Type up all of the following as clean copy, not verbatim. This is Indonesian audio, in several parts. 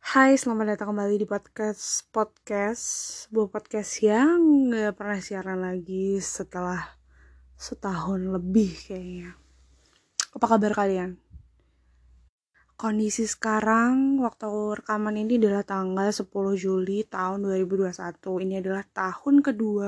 Hai, selamat datang kembali di podcast sebuah podcast yang gak pernah siaran lagi setelah setahun lebih kayaknya. Apa kabar kalian? Kondisi sekarang waktu rekaman ini adalah tanggal 10 Juli tahun 2021. Ini adalah tahun kedua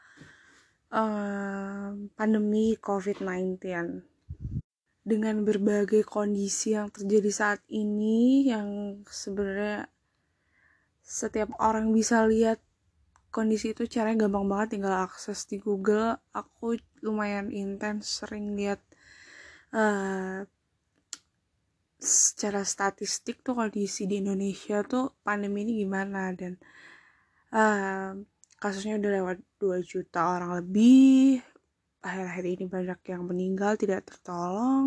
pandemi COVID-19. Dengan berbagai kondisi yang terjadi saat ini yang sebenarnya setiap orang bisa lihat kondisi itu caranya gampang banget, tinggal akses di Google. Aku lumayan intens sering lihat uh, secara statistik tuh kondisi di Indonesia tuh pandemi ini gimana, dan uh, kasusnya udah lewat 2 juta orang lebih. Akhir-akhir ini banyak yang meninggal tidak tertolong.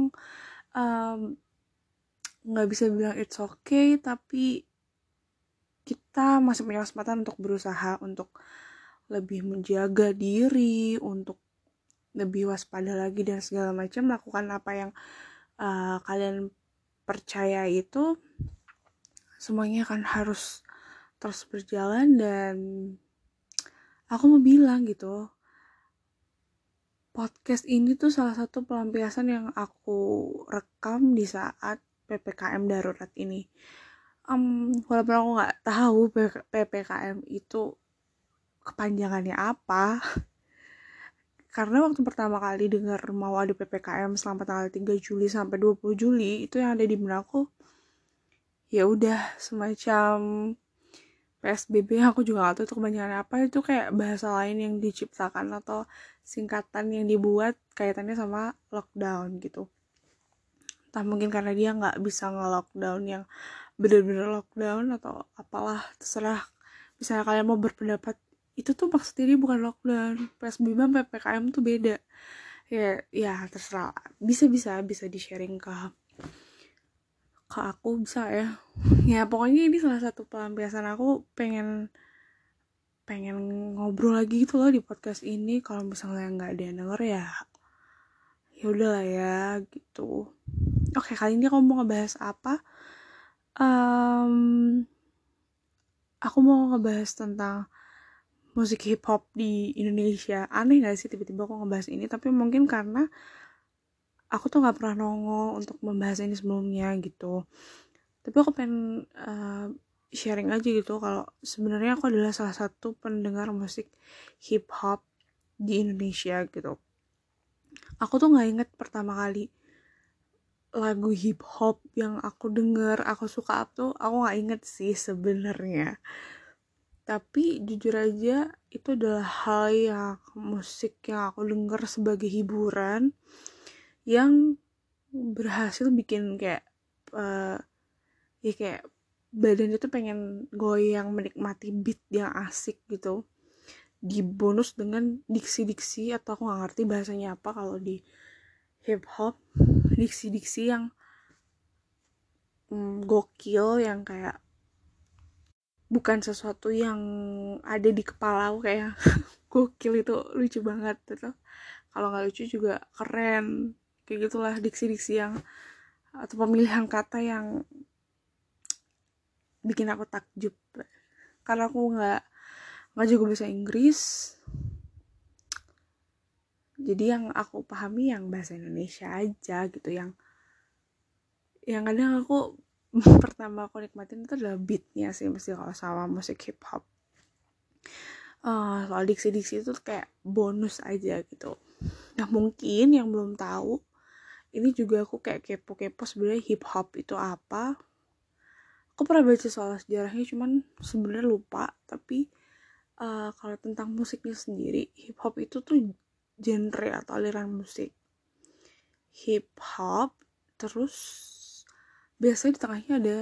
Nggak bisa bilang it's okay, tapi kita masih punya kesempatan untuk berusaha untuk lebih menjaga diri, untuk lebih waspada lagi dan segala macam, lakukan apa yang kalian percaya itu semuanya akan harus terus berjalan. Dan aku mau bilang gitu, podcast ini tuh salah satu pelampiasan yang aku rekam di saat PPKM darurat ini. Walaupun aku nggak tahu PPKM itu kepanjangannya apa, karena waktu pertama kali dengar mau ada PPKM selama tanggal 3 Juli sampai 20 Juli, itu yang ada di benakku ya udah semacam PSBB. Aku juga gak tahu itu kepanjangannya apa, itu kayak bahasa lain yang diciptakan atau singkatan yang dibuat kaitannya sama lockdown gitu. Entah mungkin karena dia gak bisa nge-lockdown yang bener-bener lockdown atau apalah, terserah. Misalnya kalian mau berpendapat itu tuh maksudnya dia bukan lockdown, PSBB sama PPKM tuh beda, ya terserah. Bisa di sharing ke aku, bisa ya. Ya pokoknya ini salah satu pelampiasan aku, pengen ngobrol lagi gitu loh di podcast ini. Kalau misalnya nggak ada yang denger ya udahlah ya gitu. Oke, kali ini aku mau ngebahas apa? Aku mau ngebahas tentang musik hip hop di Indonesia. Aneh gak sih tiba-tiba aku ngebahas ini, tapi mungkin karena aku tuh gak pernah nongol untuk membahas ini sebelumnya gitu. Tapi aku pengen sharing aja gitu, kalau sebenarnya aku adalah salah satu pendengar musik hip hop di Indonesia gitu. Aku tuh gak inget pertama kali lagu hip hop yang aku denger, aku suka tuh, aku gak inget sih sebenarnya. Tapi jujur aja itu adalah hal yang musik yang aku denger sebagai hiburan, yang berhasil bikin kayak ya kayak badan itu pengen goyang menikmati beat yang asik gitu, dibonus dengan diksi-diksi, atau aku gak ngerti bahasanya apa kalau di hip hop, diksi-diksi yang gokil, yang kayak bukan sesuatu yang ada di kepala aku, kayak gokil itu lucu banget gitu. Kalau nggak lucu juga keren, kayak gitulah diksi-diksi yang atau pemilihan kata yang bikin aku takjub. Karena aku nggak jago bahasa Inggris, jadi yang aku pahami yang bahasa Indonesia aja gitu, yang kadang aku pertama aku nikmatin itu adalah beatnya sih, mesti kalau sama musik hip hop. Soal diksi-diksi itu kayak bonus aja gitu. Nah mungkin yang belum tahu, ini juga aku kayak kepo-kepo sebenarnya hip hop itu apa. Aku pernah baca soal sejarahnya, cuman sebenarnya lupa. Tapi kalau tentang musiknya sendiri, hip hop itu tuh genre atau aliran musik hip hop, terus biasanya di tengahnya ada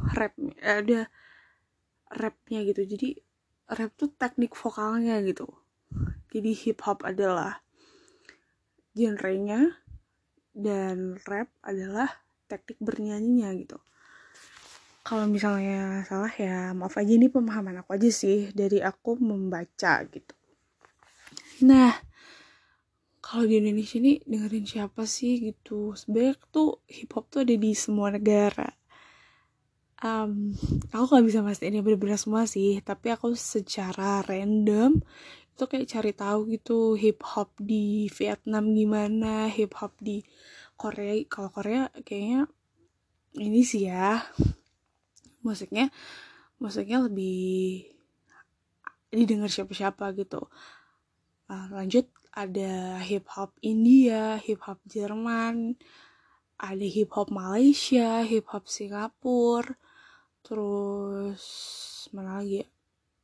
rapnya gitu. Jadi rap tuh teknik vokalnya gitu. Jadi hip hop adalah genrenya dan rap adalah teknik bernyanyinya gitu. Kalau misalnya salah ya maaf aja, ini pemahaman aku aja sih dari aku membaca gitu. Nah, kalau di Indonesia nih dengerin siapa sih gitu? Sebenarnya tuh hip hop tuh ada di semua negara. Aku gak bisa mastiin ini bener-bener semua sih, tapi aku secara random itu kayak cari tahu gitu hip hop di Vietnam gimana, hip hop di Korea. Kalau Korea kayaknya ini sih ya, musiknya musiknya lebih didengar siapa-siapa gitu. Lanjut, ada hip hop India, hip hop Jerman, ada hip hop Malaysia, hip hop Singapura, terus mana lagi ya,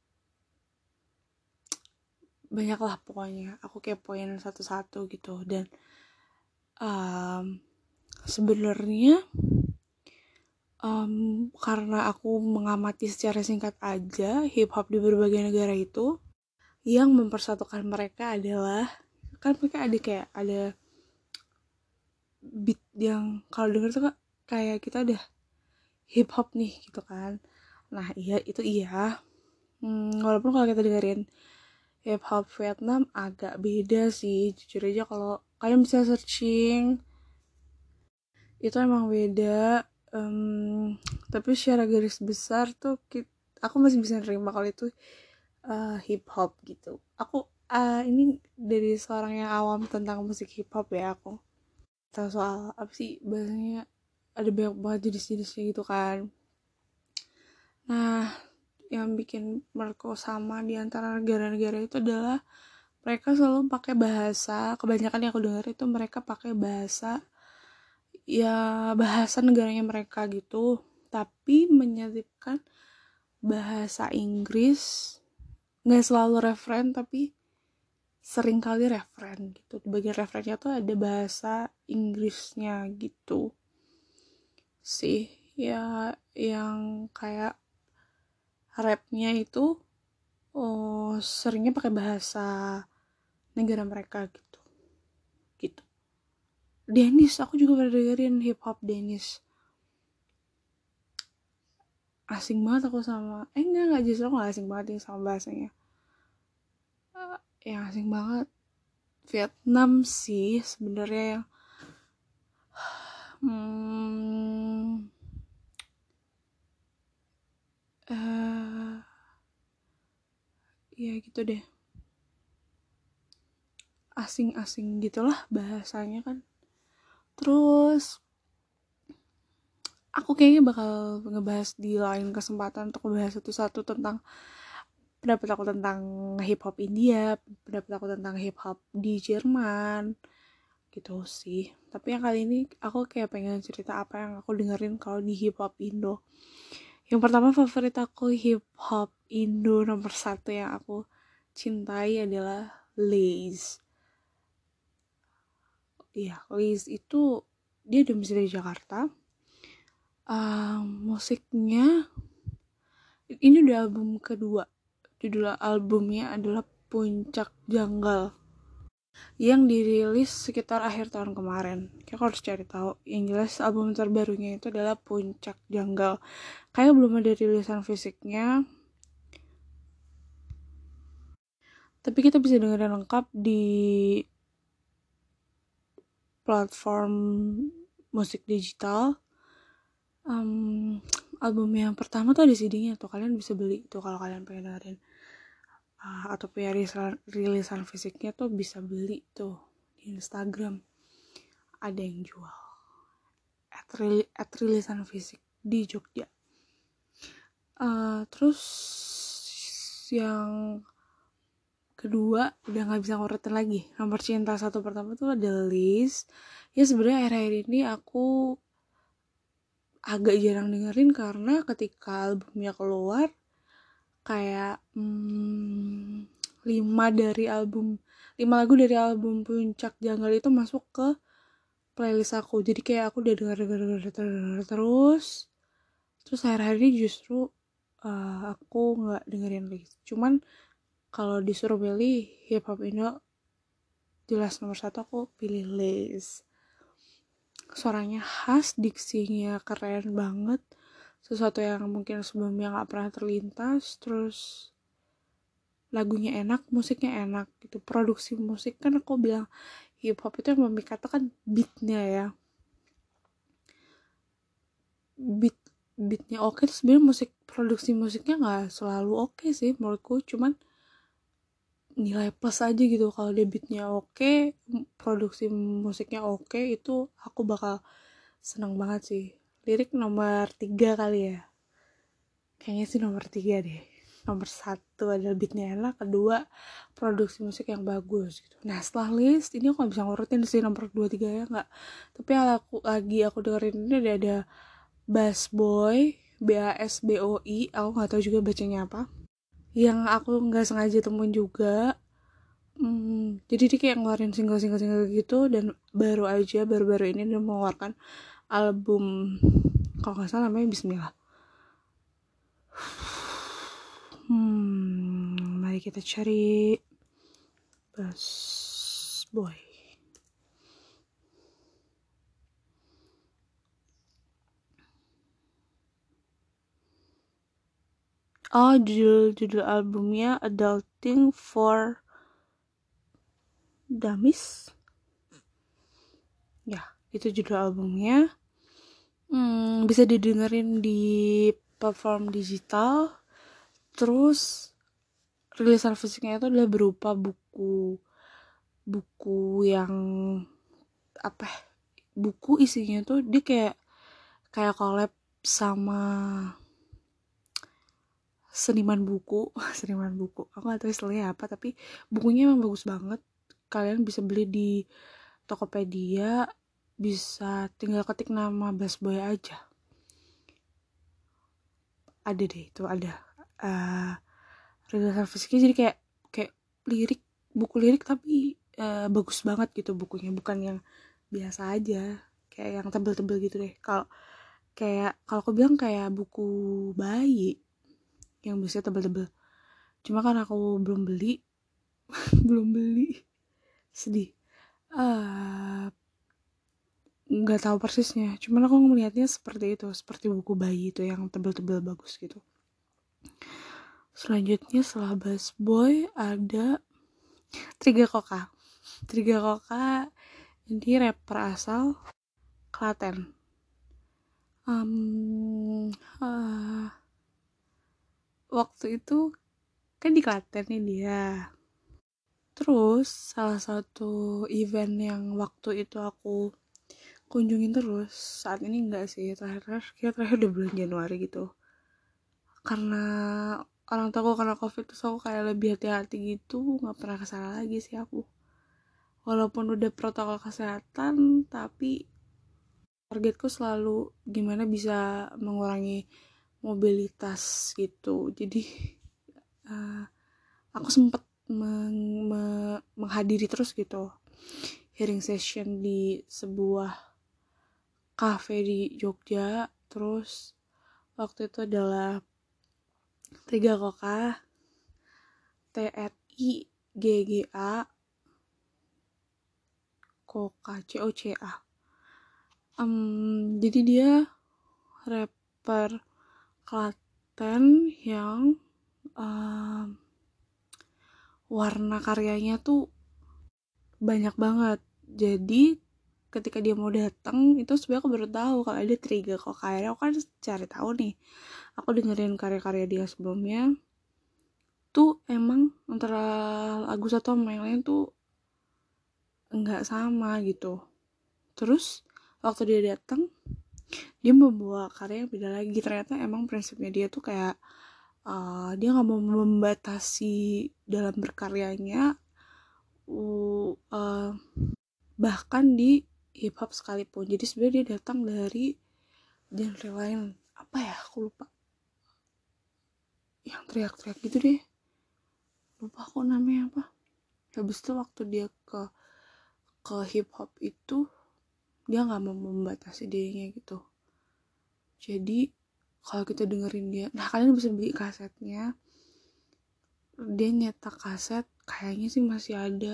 banyak lah pokoknya. Aku kepoin satu-satu gitu. Dan sebenarnya karena aku mengamati secara singkat aja hip hop di berbagai negara itu, yang mempersatukan mereka adalah, kan mereka ada kayak ada beat yang kalau denger tuh kayak kita udah hip hop nih gitu kan. Nah iya itu iya. Walaupun kalau kita dengerin hip hop Vietnam agak beda sih, jujur aja kalau kalian bisa searching itu emang beda. Tapi secara garis besar tuh aku masih bisa nerima kalau itu hip hop gitu. Aku ini dari seorang yang awam tentang musik hip hop ya, aku tahu soal apa sih bahasanya, ada banyak banget jenis-jenisnya gitu kan. Nah, yang bikin mereka sama di antara negara-negara itu adalah mereka selalu pakai bahasa, kebanyakan yang aku dengar itu mereka pakai bahasa, ya bahasa negaranya mereka gitu, tapi menyelipkan bahasa Inggris, nggak selalu referen tapi sering kali referen gitu. Di bagian referennya tuh ada bahasa Inggrisnya gitu sih, ya yang kayak rapnya itu seringnya pakai bahasa negara mereka gitu gitu. Danish, aku juga pernah dengerin hip hop Danish. Asing banget aku sama enggak justru aku gak asing banget nih sama bahasanya. Yang asing banget Vietnam sih sebenarnya, yang ya gitu deh, asing-asing gitulah bahasanya kan. Terus aku kayaknya bakal ngebahas di lain kesempatan untuk ngebahas satu-satu tentang pendapat aku tentang hip hop India, pendapat aku tentang hip hop di Jerman gitu sih. Tapi yang kali ini aku kayak pengen cerita apa yang aku dengerin kalau di hip hop Indo. Yang pertama, favorit aku hip hop Indo nomor satu yang aku cintai adalah Lace. Iya, Lace itu dia domisili di Jakarta. Musiknya ini udah album kedua. Judul albumnya adalah Puncak Janggal, yang dirilis sekitar akhir tahun kemarin. Kayak harus cari tahu. Yang jelas album terbarunya itu adalah Puncak Janggal. Kayak belum ada rilisan fisiknya, tapi kita bisa dengerin lengkap di platform musik digital. Album yang pertama tuh ada CD-nya tuh, kalian bisa beli tuh kalau kalian pengen dengerin. Atau punya rilisan fisiknya tuh bisa beli tuh di Instagram, ada yang jual at rilisan fisik di Jogja. Terus yang kedua udah nggak bisa ngurutin lagi. Nomor cinta satu pertama tuh ada Liz. Ya sebenarnya akhir-akhir ini aku agak jarang dengerin karena ketika albumnya keluar kayak 5 lagu dari album Puncak Janggal itu masuk ke playlist aku. Jadi kayak aku udah denger terus akhir-akhir ini justru aku nggak dengerin lagi. Cuman kalau disuruh pilih hip hop Indo jelas nomor satu, aku pilih Liz. Suaranya khas, diksinya keren banget, sesuatu yang mungkin sebelumnya nggak pernah terlintas. Terus lagunya enak, musiknya enak gitu. Produksi musik kan aku bilang hip hop itu yang memikat kan beatnya ya, beatnya oke, terus sebenarnya produksi musiknya nggak selalu oke sih menurutku, cuman nilai plus aja gitu. Kalau dia beatnya oke, produksi musiknya oke, itu aku bakal seneng banget sih. Lirik nomor 3 kali ya, kayaknya sih nomor 3 deh. Nomor 1 adalah beatnya enak, kedua produksi musik yang bagus gitu. Nah setelah list ini aku gak bisa ngurutin sih nomor 2, 3 ya nggak, tapi yang aku dengerin ini ada Bass Boy, Basboi, aku nggak tahu juga bacanya apa, yang aku nggak sengaja temuin juga. Jadi dia kayak ngeluarin single gitu, dan baru-baru ini dia mengeluarkan album, kalau nggak salah namanya Bismillah. Mari kita cari Bass Boy. Oh, judul albumnya Adulting for Dummies. Ya, itu judul albumnya. Bisa didengerin di platform digital. Terus rilisan fisiknya itu adalah berupa buku yang apa? Buku isinya tuh dia kayak collab sama seniman buku seniman buku. Aku nggak tahu istilahnya apa, tapi bukunya emang bagus banget. Kalian bisa beli di Tokopedia, bisa tinggal ketik nama Bass Boy aja, ada deh, itu ada rilisan fisiknya. Jadi kayak buku lirik tapi bagus banget gitu bukunya, bukan yang biasa aja kayak yang tebel-tebel gitu deh. Kalau aku bilang kayak buku bayi yang biasanya tebel-tebel, cuma kan aku belum beli belum beli, sedih. Nggak tahu persisnya, cuman aku melihatnya seperti itu, seperti buku bayi itu yang tebel-tebel bagus gitu. Selanjutnya setelah Bass Boy ada Triga Koka. Ini rapper asal Klaten. Waktu itu kan di Klaten nih dia. Terus salah satu event yang waktu itu aku kunjungin terus, saat ini enggak sih, terakhir udah bulan Januari gitu, karena orang tua aku kena covid, terus aku kayak lebih hati-hati gitu, nggak pernah kesana lagi sih aku. Walaupun udah protokol kesehatan, tapi targetku selalu gimana bisa mengurangi mobilitas gitu. Jadi aku sempet menghadiri terus gitu hearing session di sebuah cafe di Jogja. Terus waktu itu adalah Triga Koka, TRIGGA Koka, COCA. Jadi dia rapper Klaten yang warna karyanya tuh banyak banget. Jadi ketika dia mau datang itu sebenarnya aku baru tahu kalau ada Triga Koka. Aku kan cari tahu nih, aku dengerin karya-karya dia sebelumnya tuh, emang antara lagu satu sama yang lain tuh nggak sama gitu. Terus waktu dia datang, dia membawa karya yang beda lagi. Ternyata emang prinsipnya dia tuh kayak dia nggak mau membatasi dalam berkaryanya, bahkan di hip hop sekalipun. Jadi sebenarnya dia datang dari genre lain, apa ya, aku lupa, yang teriak-teriak gitu deh, lupa aku namanya apa. Habis itu waktu dia ke hip hop itu, dia nggak mau membatasi dirinya gitu. Jadi kalau kita dengerin dia, nah kalian bisa beli kasetnya, dia nyetak kaset, kayaknya sih masih ada.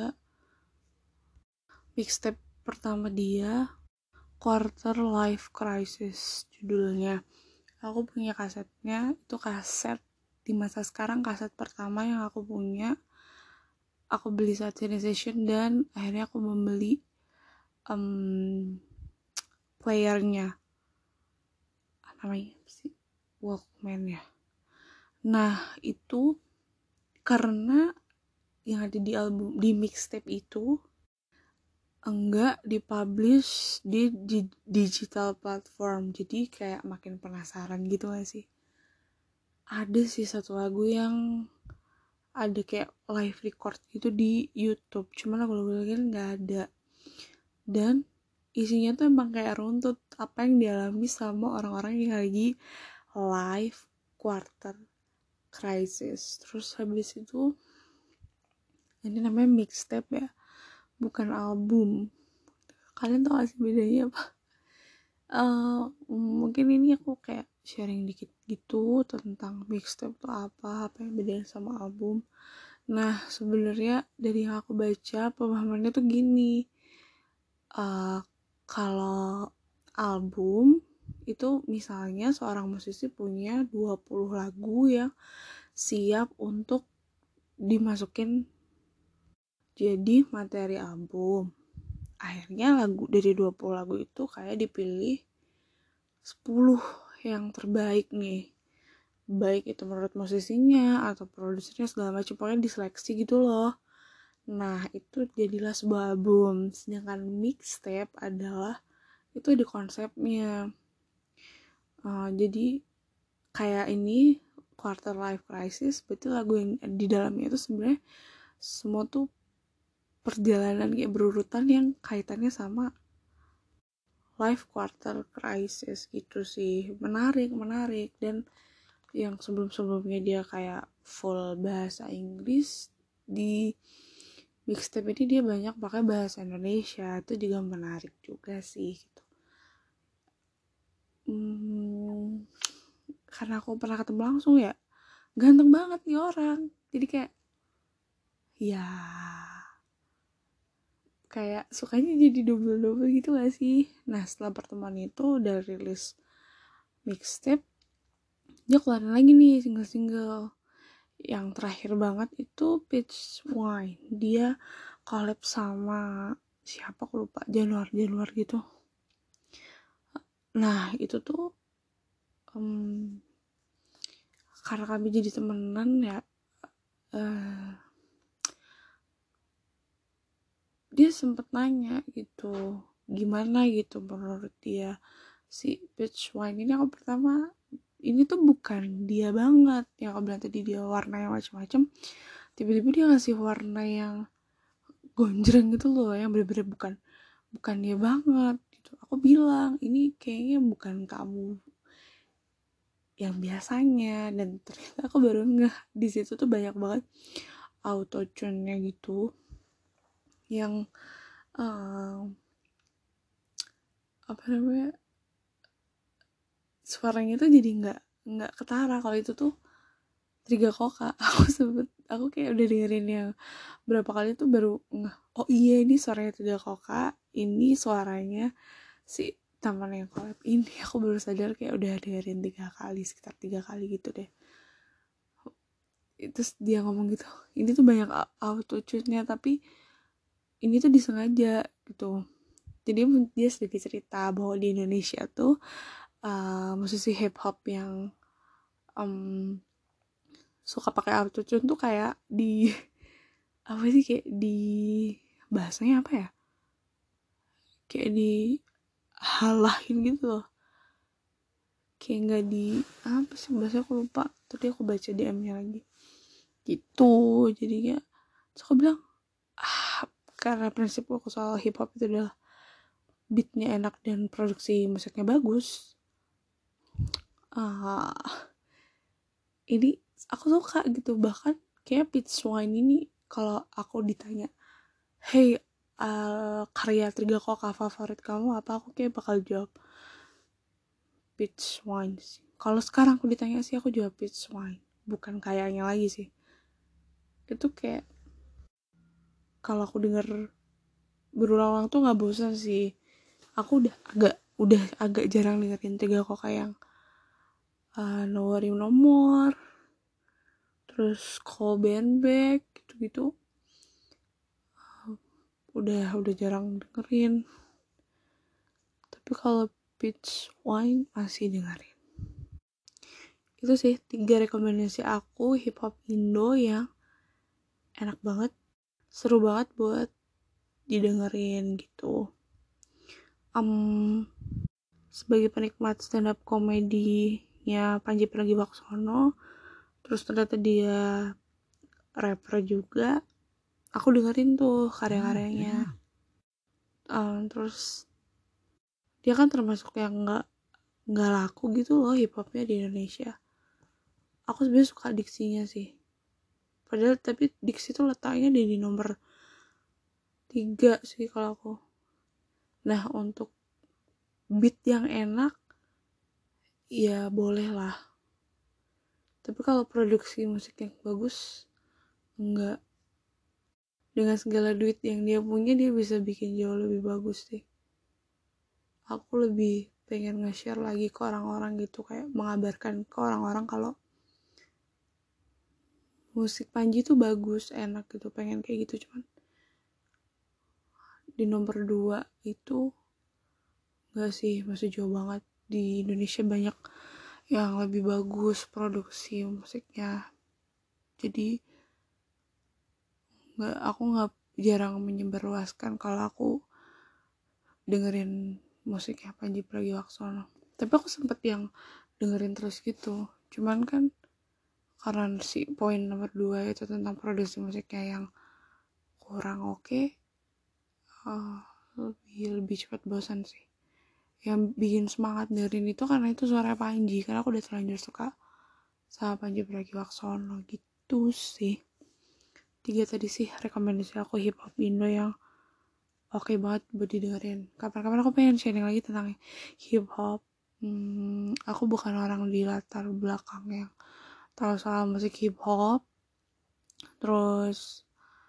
Mixtape pertama dia Quarter Life Crisis judulnya. Aku punya kasetnya, itu kaset di masa sekarang, kaset pertama yang aku punya. Aku beli saat session, dan akhirnya aku membeli playernya. namanya sih, Walkman ya. Nah itu karena yang ada di album, di mixtape itu enggak dipublish di digital platform, jadi kayak makin penasaran gitu gak sih. Ada sih satu lagu yang ada kayak live record gitu di YouTube, cuman lagu-lagu kan nggak ada, dan isinya tuh emang kayak runtut apa yang dialami sama orang-orang yang lagi live quarter crisis. Terus habis itu ini namanya mixtape ya, bukan album. Kalian tau gak sih bedanya apa? Mungkin ini aku kayak sharing dikit gitu tentang mixtape tuh apa yang bedain sama album. Nah sebenarnya dari yang aku baca pemahamannya tuh gini, kalau album itu misalnya seorang musisi punya 20 lagu yang siap untuk dimasukin jadi materi album. Akhirnya lagu dari 20 lagu itu kayak dipilih 10 yang terbaik nih, baik itu menurut musisinya atau produsernya segala macam, pokoknya diseleksi gitu loh. Nah itu jadilah sebuah album. Sedangkan mixtape adalah itu di konsepnya, jadi kayak ini quarter life crisis, berarti lagu yang di dalamnya itu sebenarnya semua tuh perjalanan kayak berurutan yang kaitannya sama life quarter crisis gitu sih. Menarik. Dan yang sebelum-sebelumnya dia kayak full bahasa Inggris, di mixtape ini dia banyak pakai bahasa Indonesia, itu juga menarik juga sih gitu. Karena aku pernah ketemu langsung ya, ganteng banget nih orang, jadi kayak ya kayak sukanya jadi double gitu gak sih. Nah setelah pertemuan itu udah rilis mixtape, dia keluarin lagi nih single-single. Yang terakhir banget itu Peach Wine, dia collab sama siapa aku lupa, Januar gitu. Nah itu tuh karena kami jadi temenan ya, dia sempet nanya gitu gimana gitu menurut dia si Peach Wine ini. Aku pertama, ini tuh bukan dia banget yang aku bilang tadi, dia warna yang macam-macam, tiba-tiba dia ngasih warna yang gonjreng gitu loh, yang bener-bener bukan dia banget gitu. Aku bilang ini kayaknya bukan kamu yang biasanya, dan ternyata aku baru ngeh di situ tuh banyak banget auto tune-nya gitu yang apa namanya, suaranya tuh jadi nggak ketara. Kalau itu tuh Triga Koka. Aku kayak udah dengerin yang berapa kali tuh baru ngeh, oh iya ini suaranya Triga Koka, ini suaranya si teman yang collab ini. Aku baru sadar kayak udah dengerin sekitar 3 kali gitu deh. Terus dia ngomong gitu, ini tuh banyak auto tune-nya, tapi ini tuh disengaja gitu. Jadi dia sedikit cerita bahwa di Indonesia tuh musisi hip hop yang suka pakai autotune tuh kayak di apa sih, kayak di bahasanya apa ya, kayak di halahin gitu loh, kayak nggak di apa sih bahasanya, aku lupa. Tadi aku baca DM-nya lagi gitu. Jadi ya terus aku bilang, karena prinsip aku soal hip hop itu adalah beatnya enak dan produksi musiknya bagus, ini aku suka gitu. Bahkan kayak Peach Wine ini, kalau aku ditanya, hey, karya Triga Koka favorit kamu apa, aku kayak bakal jawab Peach Wine sih. Kalau sekarang aku ditanya sih, aku jawab Peach Wine, bukan kayaknya lagi sih. Itu kayak kalau aku denger berulang-ulang tuh nggak bosan sih. Aku udah agak jarang dengerin Triga Koka yang Nawarin Nomor, terus Call Band Back gitu-gitu. Udah jarang dengerin. Tapi kalau Peach Wine masih dengerin. Itu sih 3 rekomendasi aku hip hop Indo yang enak banget, seru banget buat didengerin gitu. Sebagai penikmat stand up komedinya Panji Pragiwaksono, terus ternyata dia rapper juga, aku dengerin tuh karya-karyanya. Terus dia kan termasuk yang nggak laku gitu loh hip hopnya di Indonesia. Aku sebenarnya suka diksinya sih, padahal tapi diksi tuh letaknya di nomor 3 sih kalau aku. Nah, untuk beat yang enak ya boleh lah, tapi kalau produksi musik yang bagus enggak. Dengan segala duit yang dia punya, dia bisa bikin jauh lebih bagus sih. Aku lebih pengen nge-share lagi ke orang-orang gitu, kayak mengabarkan ke orang-orang kalau musik Panji tuh bagus, enak gitu, pengen kayak gitu. Cuman di nomor 2 itu enggak sih, masih jauh banget. Di Indonesia banyak yang lebih bagus produksi musiknya. Jadi aku nggak jarang menyebarluaskan kalau aku dengerin musiknya Panji Pragiwaksono. Tapi aku sempet yang dengerin terus gitu. Cuman kan karena si poin nomor 2 itu tentang produksi musiknya yang kurang oke, lebih cepat bosan sih. Yang bikin semangat dengerin itu karena itu suara Panji, karena aku udah terlanjur suka sama Panji Pragiwaksono gitu sih. 3 tadi sih rekomendasi aku hip hop Indo yang oke banget buat didengerin. Kapan-kapan aku pengen sharing lagi tentang hip hop. Aku bukan orang di latar belakang yang tahu soal musik hip hop, terus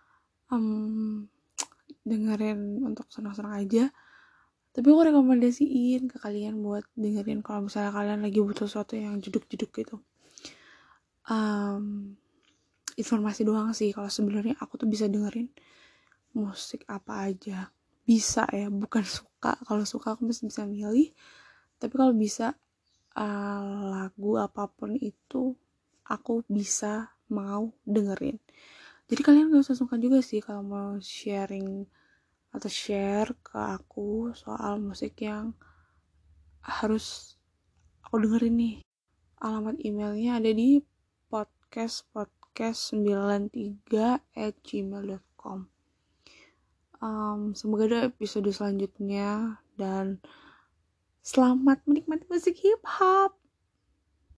dengerin untuk senang-senang aja. Tapi aku rekomendasiin ke kalian buat dengerin kalau misalnya kalian lagi butuh sesuatu yang jeduk-jeduk gitu. Informasi doang sih, kalau sebenarnya aku tuh bisa dengerin musik apa aja. Bisa ya, bukan suka. Kalau suka aku masih bisa milih. Tapi kalau bisa lagu apapun itu aku bisa mau dengerin. Jadi kalian gak usah sungkan juga sih kalau mau sharing atau share ke aku soal musik yang harus aku dengerin nih. Alamat emailnya ada di podcast93@gmail.com. Semoga ada episode selanjutnya dan selamat menikmati musik hip hop.